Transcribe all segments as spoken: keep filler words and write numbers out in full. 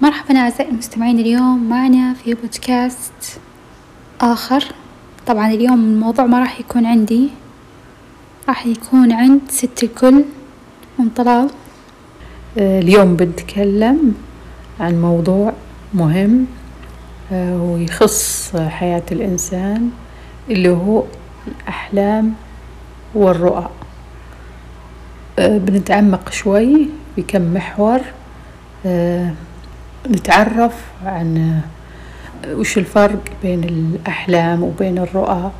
مرحبا أعزائي المستمعين، اليوم معنا في بودكاست آخر. طبعا اليوم الموضوع ما راح يكون عندي، راح يكون عند ست الكل أم طلال. اليوم بنتكلم عن موضوع مهم ويخص حياة الإنسان، اللي هو الأحلام والرؤى. بنتعمق شوي في كم محور، نتعرف عن وش الفرق بين الأحلام وبين الرؤى،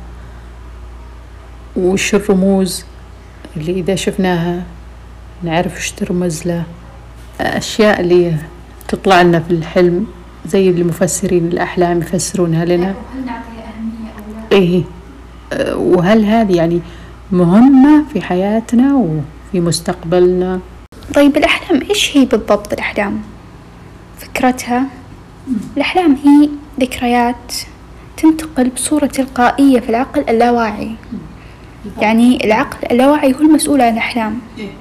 وش الرموز اللي إذا شفناها نعرف وش ترمز له، أشياء اللي تطلع لنا في الحلم زي اللي مفسرين الأحلام يفسرونها لنا. وهل نعطيها أهمية أو لا؟ إيه، وهل هذه يعني مهمة في حياتنا وفي مستقبلنا؟ طيب الأحلام إيش هي بالضبط؟ الأحلام فكرتها، الأحلام هي ذكريات تنتقل بصورة تلقائية في العقل اللاواعي. يعني العقل اللاواعي هو المسؤول عن الأحلام،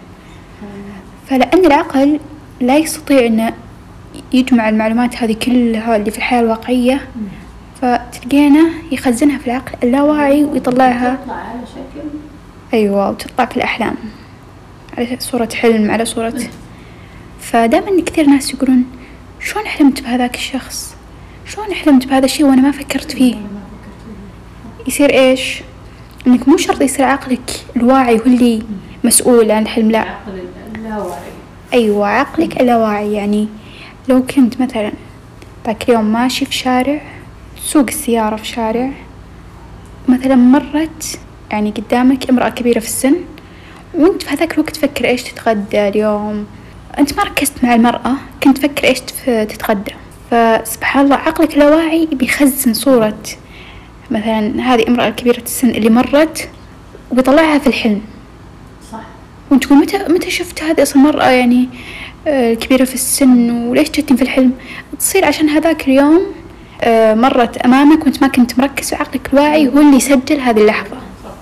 فلأن العقل لا يستطيع أن يجمع المعلومات هذه كلها اللي في الحياة الواقعية، فتلقينا يخزنها في العقل اللاواعي ويطلعها على شكل أيوة، وتطلع في الأحلام على صورة حلم، على صورة. فدائما كثير ناس يقولون شلون حلمت بهذاك الشخص، شلون حلمت بهذا الشيء وأنا ما فكرت فيه. يصير إيش؟ إنك مو شرط يصير عقلك الواعي هو اللي مسؤول عن الحلم، لا، العقل اللاواعي. أيوة، عقلك اللاواعي. يعني لو كنت مثلا ذاك اليوم ماشي في شارع، تسوق السيارة في شارع، مثلا مرت يعني قدامك امرأة كبيرة في السن، وانت في هذاك الوقت تفكر ايش تتغدى اليوم، انت ما ركزت مع المرأة، كنت تفكر ايش تتغدى. فسبحان الله عقلك اللاواعي بيخزن صورة مثلا هذه امرأة الكبيرة السن اللي مرت وبيطلعها في الحلم. صح. وانت تقول متى متى شفت هذه اصلا مرأة يعني الكبيرة في السن، وليش جتني في الحلم؟ تصير عشان هذاك اليوم مرت أمامك وانت ما كنت مركز، وعقلك الواعي هو اللي يسجل هذه اللحظة.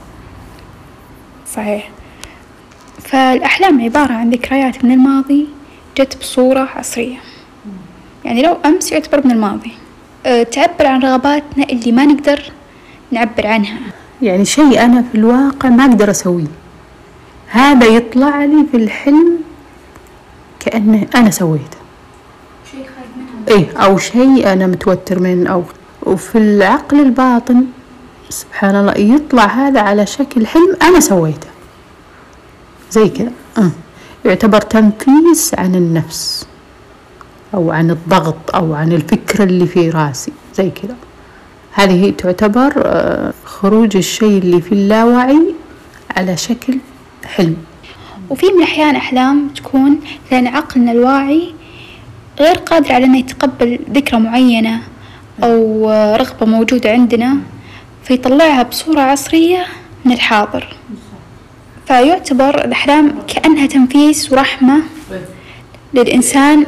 صحيح. فالأحلام عبارة عن ذكريات من الماضي جت بصورة عصرية، يعني لو أمس يعتبر من الماضي، تعبر عن رغباتنا اللي ما نقدر نعبر عنها. يعني شيء أنا في الواقع ما أقدر أسويه، هذا يطلع لي في الحلم كأنه أنا سويته، شيء خارج منه، إيه، أو شيء أنا متوتر منه، أو وفي العقل الباطن سبحان الله يطلع هذا على شكل حلم أنا سويته زي كذا. أه. يعتبر تنفيس عن النفس أو عن الضغط أو عن الفكرة اللي في راسي زي كذا. هذه هي تعتبر آه خروج الشيء اللي في اللاوعي على شكل حلم. وفي من الأحيان أحلام تكون لأن عقلنا الواعي غير قادر على أنه يتقبل ذكرى معينة أو رغبة موجودة عندنا، فيطلعها بصورة عصرية من الحاضر. فيعتبر الأحلام كأنها تنفيس ورحمة للإنسان.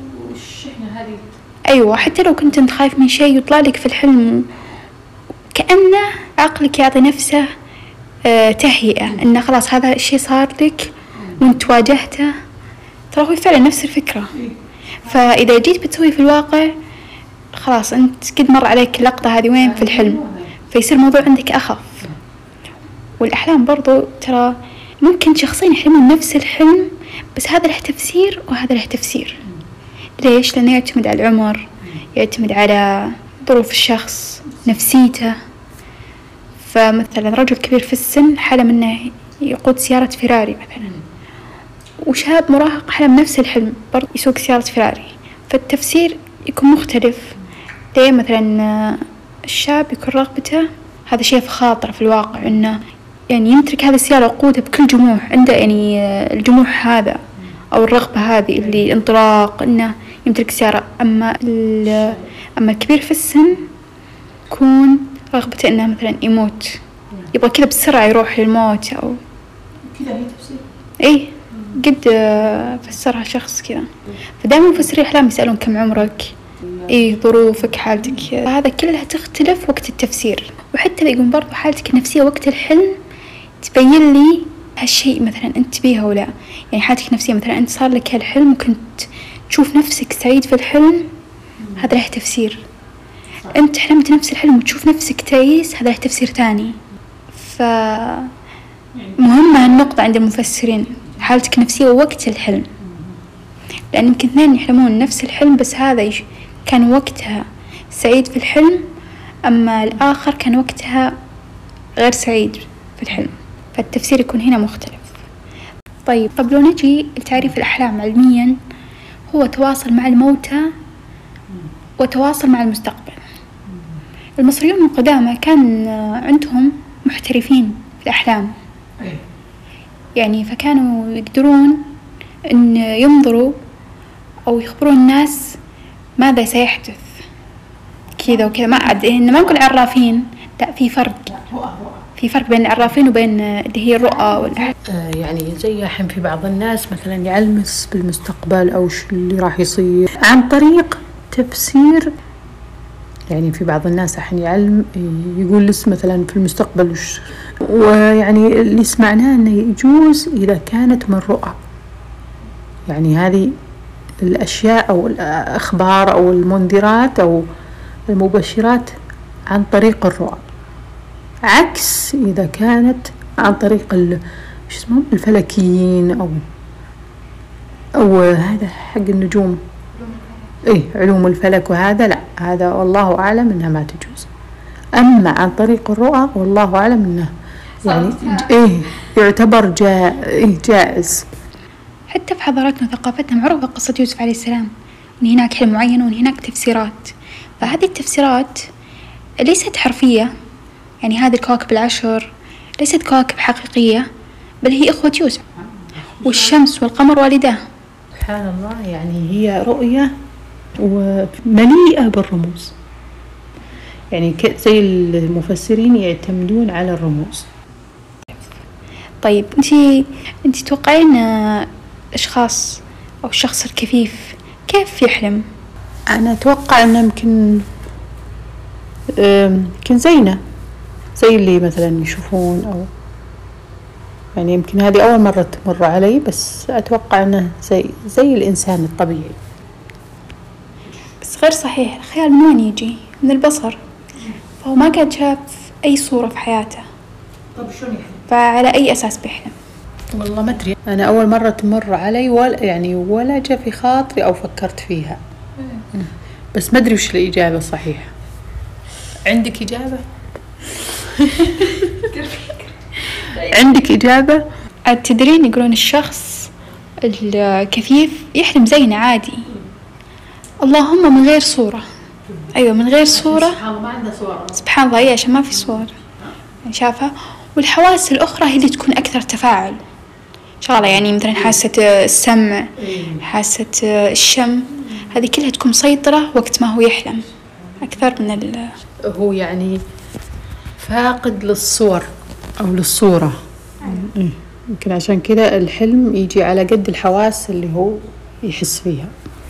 أيوة، حتى لو كنت أنت خايف من شيء يطلع لك في الحلم، كأنه عقلك يعطي نفسه آه تهيئة إنه خلاص هذا الشيء صار لك وانت واجهته، ترى هو فعلا نفس الفكرة. فإذا جيت بتسوي في الواقع خلاص أنت قد مر عليك اللقطة هذه وين في الحلم، فيصير الموضوع عندك أخف. والأحلام برضو ترى ممكن شخصين يحلمون نفس الحلم، بس هذا له تفسير وهذا له تفسير. ليش؟ لأنه يعتمد على العمر، يعتمد على ظروف الشخص، نفسيته. فمثلا رجل كبير في السن حلم أنه يقود سيارة فيراري مثلا، وشاب مراهق حلم نفس الحلم برضو يسوق سيارة فيراري، فالتفسير يكون مختلف. ليه مثلا الشاب يكون رغبته هذا شيء في خاطر في الواقع أنه يعني يمتلك هذه السيارة وقودها بكل جموح عنده، يعني الجموح هذا أو الرغبة هذه اللي الانطلاق إنه يمتلك سيارة. أما أما الكبير في السن يكون رغبته إنه مثلا يموت، يبغى كذا بسرعة يروح للموت أو كذا. هي تفسير إيه، قد فسرها شخص كذا. فدائما مفسري الأحلام يسألون كم عمرك، إيه ظروفك، حالتك، هذا كلها تختلف وقت التفسير. وحتى يقول برضو حالتك النفسية وقت الحلم تبين لي هالشيء مثلا أنت بيها ولا، يعني حالتك النفسية مثلا أنت صار لك هالحلم وكنت تشوف نفسك سعيد في الحلم هذا له تفسير، أنت حلمت نفس الحلم وتشوف نفسك تعيس هذا له تفسير تاني. فمهمة النقطة عند المفسرين حالتك النفسية ووقت الحلم، لأن يمكن اثنين يحلمون نفس الحلم بس هذا كان وقتها سعيد في الحلم أما الآخر كان وقتها غير سعيد في الحلم، فالتفسير يكون هنا مختلف. طيب طب لو نجي لتعريف الأحلام علميا، هو تواصل مع الموتى وتواصل مع المستقبل. المصريون القدامى كان عندهم محترفين في الأحلام، يعني فكانوا يقدرون أن ينظروا أو يخبرون الناس ماذا سيحدث كذا وكذا. ما عاد إن ما نقول عرافين، لا في فرق، في فرق بين العرافين وبين اللي هي الرؤى والأحلام. آه يعني زي الحين في بعض الناس مثلا يعلمس بالمستقبل أو شو اللي راح يصير عن طريق تفسير، يعني في بعض الناس الحين يعلم يقول لس مثلا في المستقبل وش، ويعني اللي سمعناه أنه يجوز إذا كانت من رؤى، يعني هذه الأشياء أو الأخبار أو المنذرات أو المبشرات عن طريق الرؤى، عكس إذا كانت عن طريق شو اسمه الفلكيين أو أو هذا حق النجوم، إيه علوم الفلك وهذا لا، هذا والله أعلم إنها ما تجوز. أما عن طريق الرؤى والله أعلم إنه يعني إيه يعتبر جا إيه جائز. حتى في حضارتنا وثقافتنا معروفة قصة يوسف عليه السلام، إن هناك حلم معين وإن هناك تفسيرات، فهذه التفسيرات ليست حرفية، يعني هذه الكواكب العشر ليست كواكب حقيقية بل هي إخوة يوسف، والشمس والقمر والداه. سبحان الله، يعني هي رؤية ومليئة بالرموز، يعني زي المفسرين يعتمدون على الرموز. طيب انتي انتي توقعين اشخاص او الشخص الكفيف كيف يحلم؟ انا اتوقع انه يمكن يمكن زينا، زي اللي مثلا يشوفون، او يعني يمكن هذه اول مرة تمر علي، بس اتوقع انه زي زي الانسان الطبيعي. بس غير صحيح، الخيال من وين يجي؟ من البصر، فهو ما قد شاف اي صورة في حياته. طب شلون يحلم؟ فعلى اي اساس بيحلم؟ والله ما ادري، انا اول مرة تمر علي ولا يعني ولا جاء في خاطري او فكرت فيها، مم. بس ما ادري وش الاجابة الصحيحة. عندك اجابة؟ عندك اجابة؟ تدرين يقولون الشخص الكفيف يحلم زينا عادي، اللهم من غير صورة. ايوه من غير صورة، سبحان الله ما عنده صورة، سبحان الله، اي عشان ما في صور يعني شافها. والحواس الأخرى هي اللي تكون أكثر تفاعل شغلة، يعني مثلا حاسة السمع، حاسة الشم، هذه كلها تكون مسيطرة وقت ما هو يحلم أكثر من ال هو يعني فاقد للصور أو للصورة، يمكن عشان كذا الحلم يجي على قد الحواس اللي هو يحس فيها.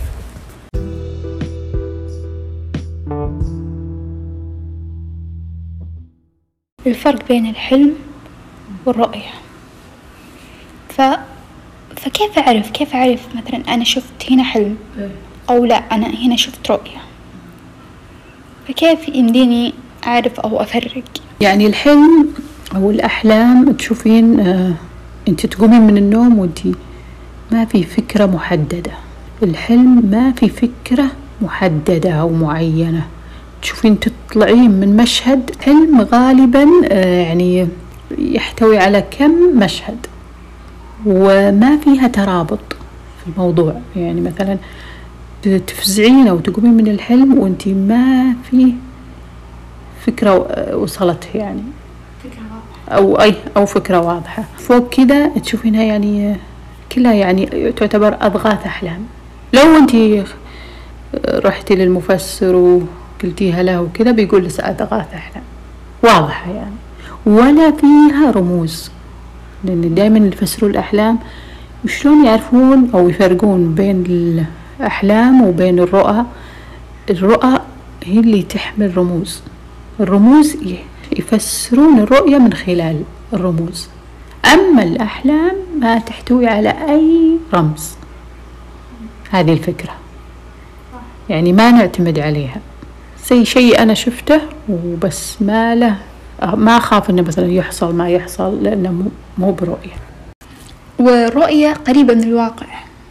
الفرق بين الحلم والرؤية، ف... فكيف أعرف كيف أعرف مثلا أنا شفت هنا حلم أو لا أنا هنا شفت رؤية؟ فكيف يمديني أعرف أو أفرق؟ يعني الحلم أو الأحلام تشوفين آه أنت تقومين من النوم وأنت ما في فكرة محددة، الحلم ما في فكرة محددة أو معينة، تشوفين تطلعين من مشهد حلم غالبا آه يعني يحتوي على كم مشهد وما فيها ترابط في الموضوع، يعني مثلا تفزعين أو تقومين من الحلم وأنت ما في فكرة وصلت، يعني أو أي أو فكرة واضحة فوق كذا تشوفينها، يعني كلها يعني تعتبر أضغاث أحلام. لو أنت رحتي للمفسر وقلتيها له وكذا بيقول لك أضغاث أحلام واضحة يعني ولا فيها رموز، لأن دائما يفسروا الأحلام وشلون يعرفون أو يفرقون بين الأحلام وبين الرؤى. الرؤى هي اللي تحمل رموز، الرموز يفسرون الرؤية من خلال الرموز، أما الأحلام ما تحتوي على أي رمز، هذه الفكرة، يعني ما نعتمد عليها زي شيء أنا شفته وبس، ما له ما أخاف إنه مثلا يحصل ما يحصل، لأنه مو مو برؤية. والرؤية قريبة من الواقع،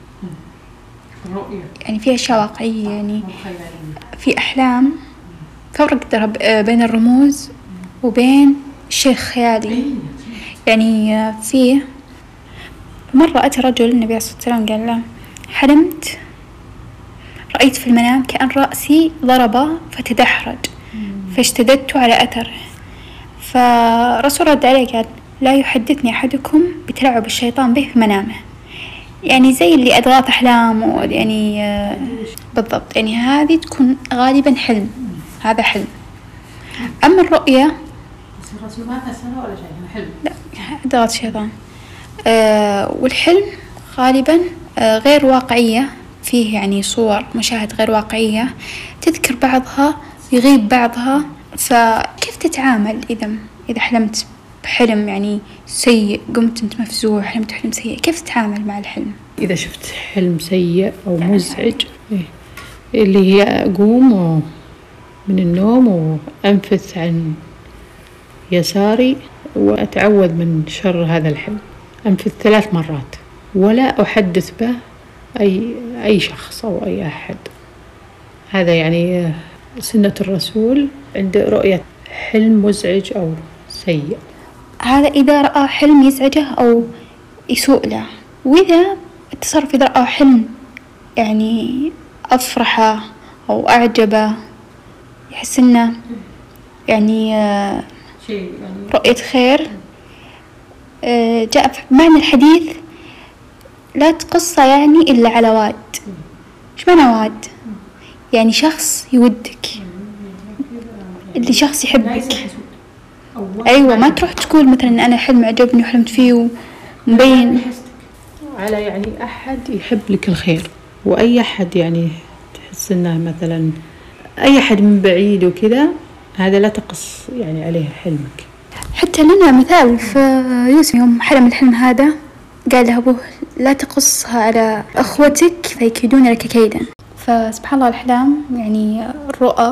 الرؤية يعني في أشياء واقعية، يعني في أحلام فرق ترى بين الرموز وبين الشيء الخيالي. يعني في مرة أتى رجل النبي عليه الصلاة والسلام قال له: حلمت رأيت في المنام كأن رأسي ضرب فتدحرج فاشتددت على أثره. فرسول رد عليه قال: لا يحدثني أحدكم بتلعب الشيطان به في منامه. يعني زي اللي أضغاث أحلام، يعني آه بالضبط، يعني هذه تكون غالبا حلم، هذا حلم. أما الرؤية الرسول ما فسرها ولا شيء، حلم لا، أضغاث شيطان. آه والحلم غالبا آه غير واقعية، فيه يعني صور مشاهد غير واقعية، تذكر بعضها يغيب بعضها. فكيف تتعامل إذا إذا حلمت بحلم يعني سيء، قمت أنت مفزوع، حلمت حلم سيء، كيف تتعامل مع الحلم؟ إذا شفت حلم سيء أو مزعج، إيه؟ اللي هي أقوم من النوم وأنفث عن يساري وأتعوذ من شر هذا الحلم، أنفث ثلاث مرات، ولا أحدث به أي أي شخص أو أي أحد. هذا يعني سنة الرسول عند رؤية حلم مزعج أو سيء. هذا إذا رأى حلم يزعجه أو يسوء له. وإذا التصرف إذا رأى حلم يعني أفرحه أو أعجبه، يحس إنه يعني رؤية خير. جاء في معنى الحديث: لا تقص يعني إلا على واد. إيش معنى واد؟ يعني شخص يودك، اللي شخص يحبك. أيوة، ما تروح تقول مثلا أنا حلم عجبني وحلمت فيه ومبين على يعني أحد يحب لك الخير، وأي أحد يعني تحس إنه مثلا أي أحد من بعيد وكذا، هذا لا تقص يعني عليه حلمك. حتى لنا مثال في يوسف، يوم حلم الحلم هذا قال له أبوه: لا تقصها على أخوتك فيكيدون لك كيدا. فسبحان الله الأحلام يعني الرؤى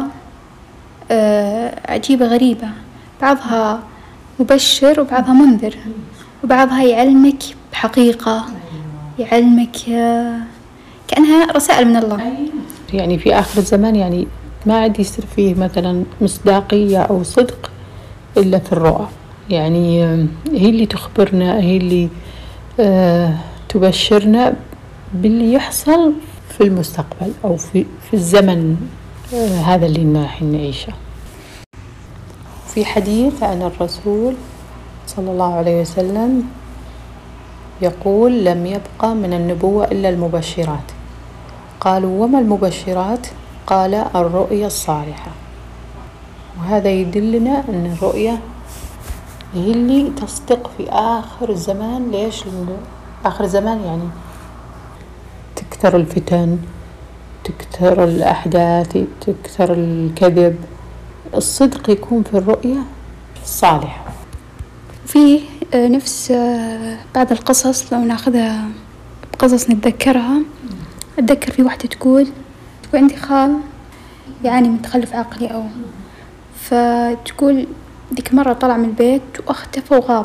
عجيبة غريبة، بعضها مبشر وبعضها منذر، وبعضها يعلمك بحقيقة، يعلمك كأنها رسائل من الله. يعني في آخر الزمان يعني ما عاد يصير فيه مثلا مصداقية أو صدق إلا في الرؤى، يعني هي اللي تخبرنا، هي اللي آه تبشرنا باللي يحصل في المستقبل أو في, في الزمن آه هذا اللي نحن نعيشه. في حديث عن الرسول صلى الله عليه وسلم يقول: لم يبقى من النبوة إلا المبشرات. قالوا: وما المبشرات؟ قال: الرؤيا الصالحة. وهذا يدلنا أن الرؤيا هي اللي تصدق في آخر الزمان. ليش؟ آخر الزمان يعني تكثر الفتن، تكثر الأحداث، تكثر الكذب. الصدق يكون في الرؤيا الصالحة. في نفس بعض القصص لو ناخذها بقصص نتذكرها، أتذكر في واحدة تقول تقول عندي خال يعني من تخلف عقلي، أو فتقول ذيك مرة طلع من البيت واختفى وغاب،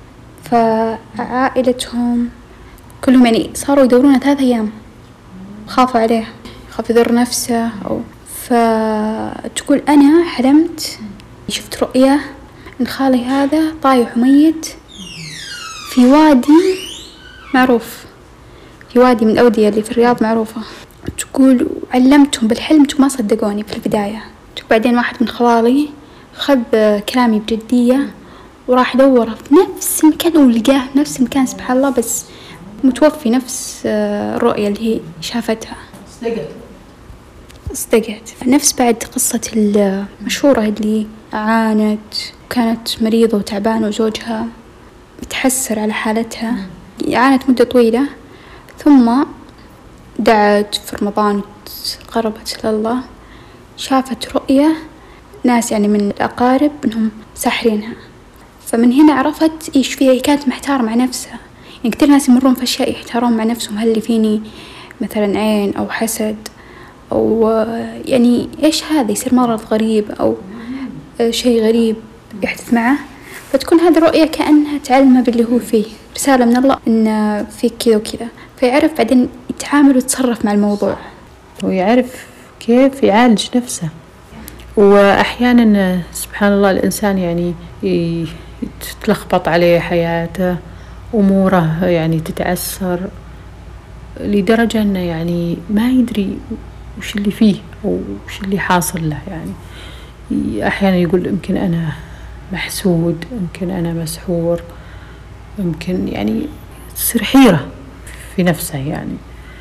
فعائلتهم كلهم يعني صاروا يدورونه ثلاث أيام، خافوا عليه، خاف يضر نفسه. أو فتقول أنا حلمت شفت رؤية إن خالي هذا طايح وميت في وادي معروف، في وادي من الأودية اللي في الرياض معروفة. تقول علمتهم بالحلم ما صدقوني في البداية. بعدين واحد من خوالي خذ كلامي بجدية وراح دوره في نفس المكان ولقاه في نفس المكان، سبحان الله، بس متوفي نفس الرؤية اللي هي شافتها. صدقت صدقت نفس بعد قصة المشهورة اللي عانت وكانت مريضة وتعبانة وزوجها متحسر على حالتها، عانت مدة طويلة، ثم دعت في رمضان قربت لله، شافت رؤية ناس يعني من الأقارب إنهم ساحرينها. فمن هنا عرفت إيش فيها، كانت محتارة مع نفسها. يعني كتير ناس يمرون في أشياء يحتارون مع نفسهم، هل اللي فيني مثلا عين أو حسد أو يعني إيش هذا، يصير مرض غريب أو شيء غريب يحدث معه، فتكون هذه الرؤية كأنها تعلمه باللي هو فيه، رسالة من الله إن فيك كذا وكذا، فيعرف بعدين يتعامل ويتصرف مع الموضوع ويعرف كيف يعالج نفسه. وأحيانا سبحان الله الإنسان يعني تتلخبط عليه حياته، أموره يعني تتعسر لدرجة أنه يعني ما يدري وش اللي فيه أو وش اللي حاصل له. يعني أحيانا يقول يمكن أنا محسود، يمكن أنا مسحور، يمكن يعني تصير حيرة في نفسه. يعني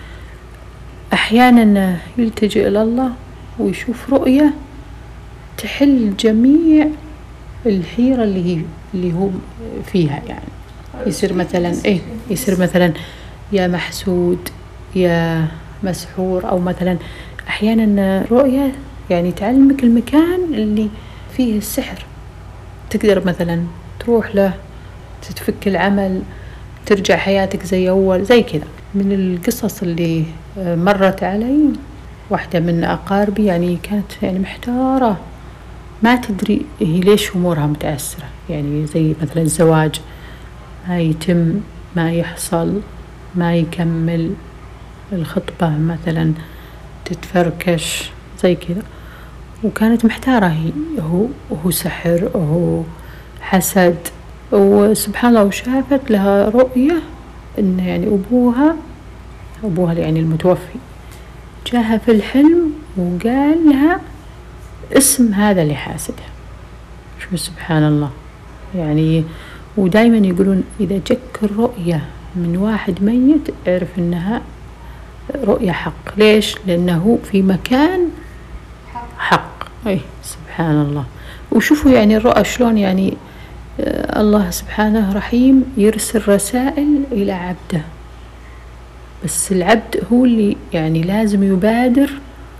أحيانا يلتجئ إلى الله ويشوف رؤية تحل جميع الحيرة اللي هي اللي هو فيها. يعني يصير مثلا إيه يصير مثلا يا محسود يا مسحور، أو مثلا أحيانا رؤية يعني تعلمك المكان اللي فيه السحر، تقدر مثلا تروح له، تتفك العمل، ترجع حياتك زي أول زي كذا. من القصص اللي مرت علي واحدة من أقاربي يعني كانت يعني محتارة، ما تدري هي ليش أمورها متأثرة، يعني زي مثلا الزواج ما يتم، ما يحصل، ما يكمل، الخطبة مثلا تتفركش زي كذا، وكانت محتارة هي هو هو سحر هو حسد. وسبحان الله وشافت لها رؤية إن يعني أبوها أبوها يعني المتوفي جاها في الحلم وقال لها اسم هذا اللي حاسدها. شو سبحان الله. يعني ودايما يقولون إذا جك الرؤية من واحد ميت اعرف إنها رؤية حق. ليش؟ لأنه في مكان حق. أي سبحان الله. وشوفوا يعني الرؤى شلون يعني آه الله سبحانه رحيم يرسل رسائل إلى عبده، بس العبد هو اللي يعني لازم يبادر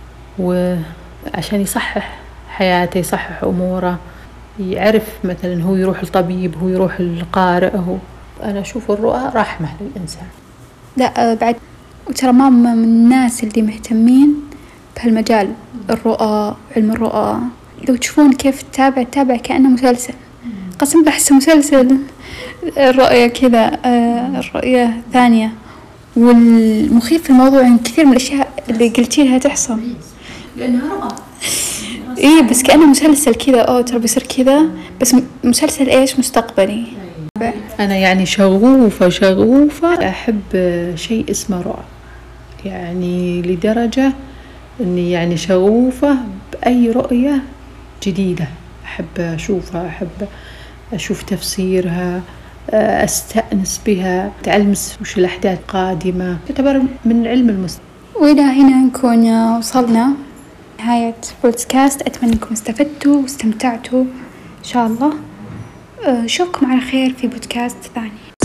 وعشان يصحح حياته، يصحح أموره، يعرف مثلا هو يروح الطبيب، هو يروح القارئ. هو أنا أشوف الرؤى رحمة للإنسان. لا بعد وترى ماما من الناس اللي مهتمين بهالمجال، الرؤى، علم الرؤى. لو تشوفون كيف تتابع تتابع كأنه مسلسل، قسم بحس مسلسل. الرؤية كذا آه الرؤية ثانية. والمخيف في الموضوع إن كثير من الأشياء اللي قلتيها تحصل لأنها رؤى. إيه بس كأنه مسلسل كذا، أو ترى بيصير كذا، بس مسلسل إيش مستقبلي. أنا يعني شغوفة شغوفة أحب شيء اسمه رؤى، يعني لدرجة أني يعني شغوفة بأي رؤية جديدة أحب أشوفها، أحب أشوف تفسيرها، أستأنس بها، أتعلمس وش الأحداث القادمة، تعتبر من علم المستقبل. وإلى هنا نكون وصلنا نهاية بودكاست. أتمنى أنكم استفدتوا واستمتعتوا إن شاء الله. أشوفكم على خير في بودكاست ثاني.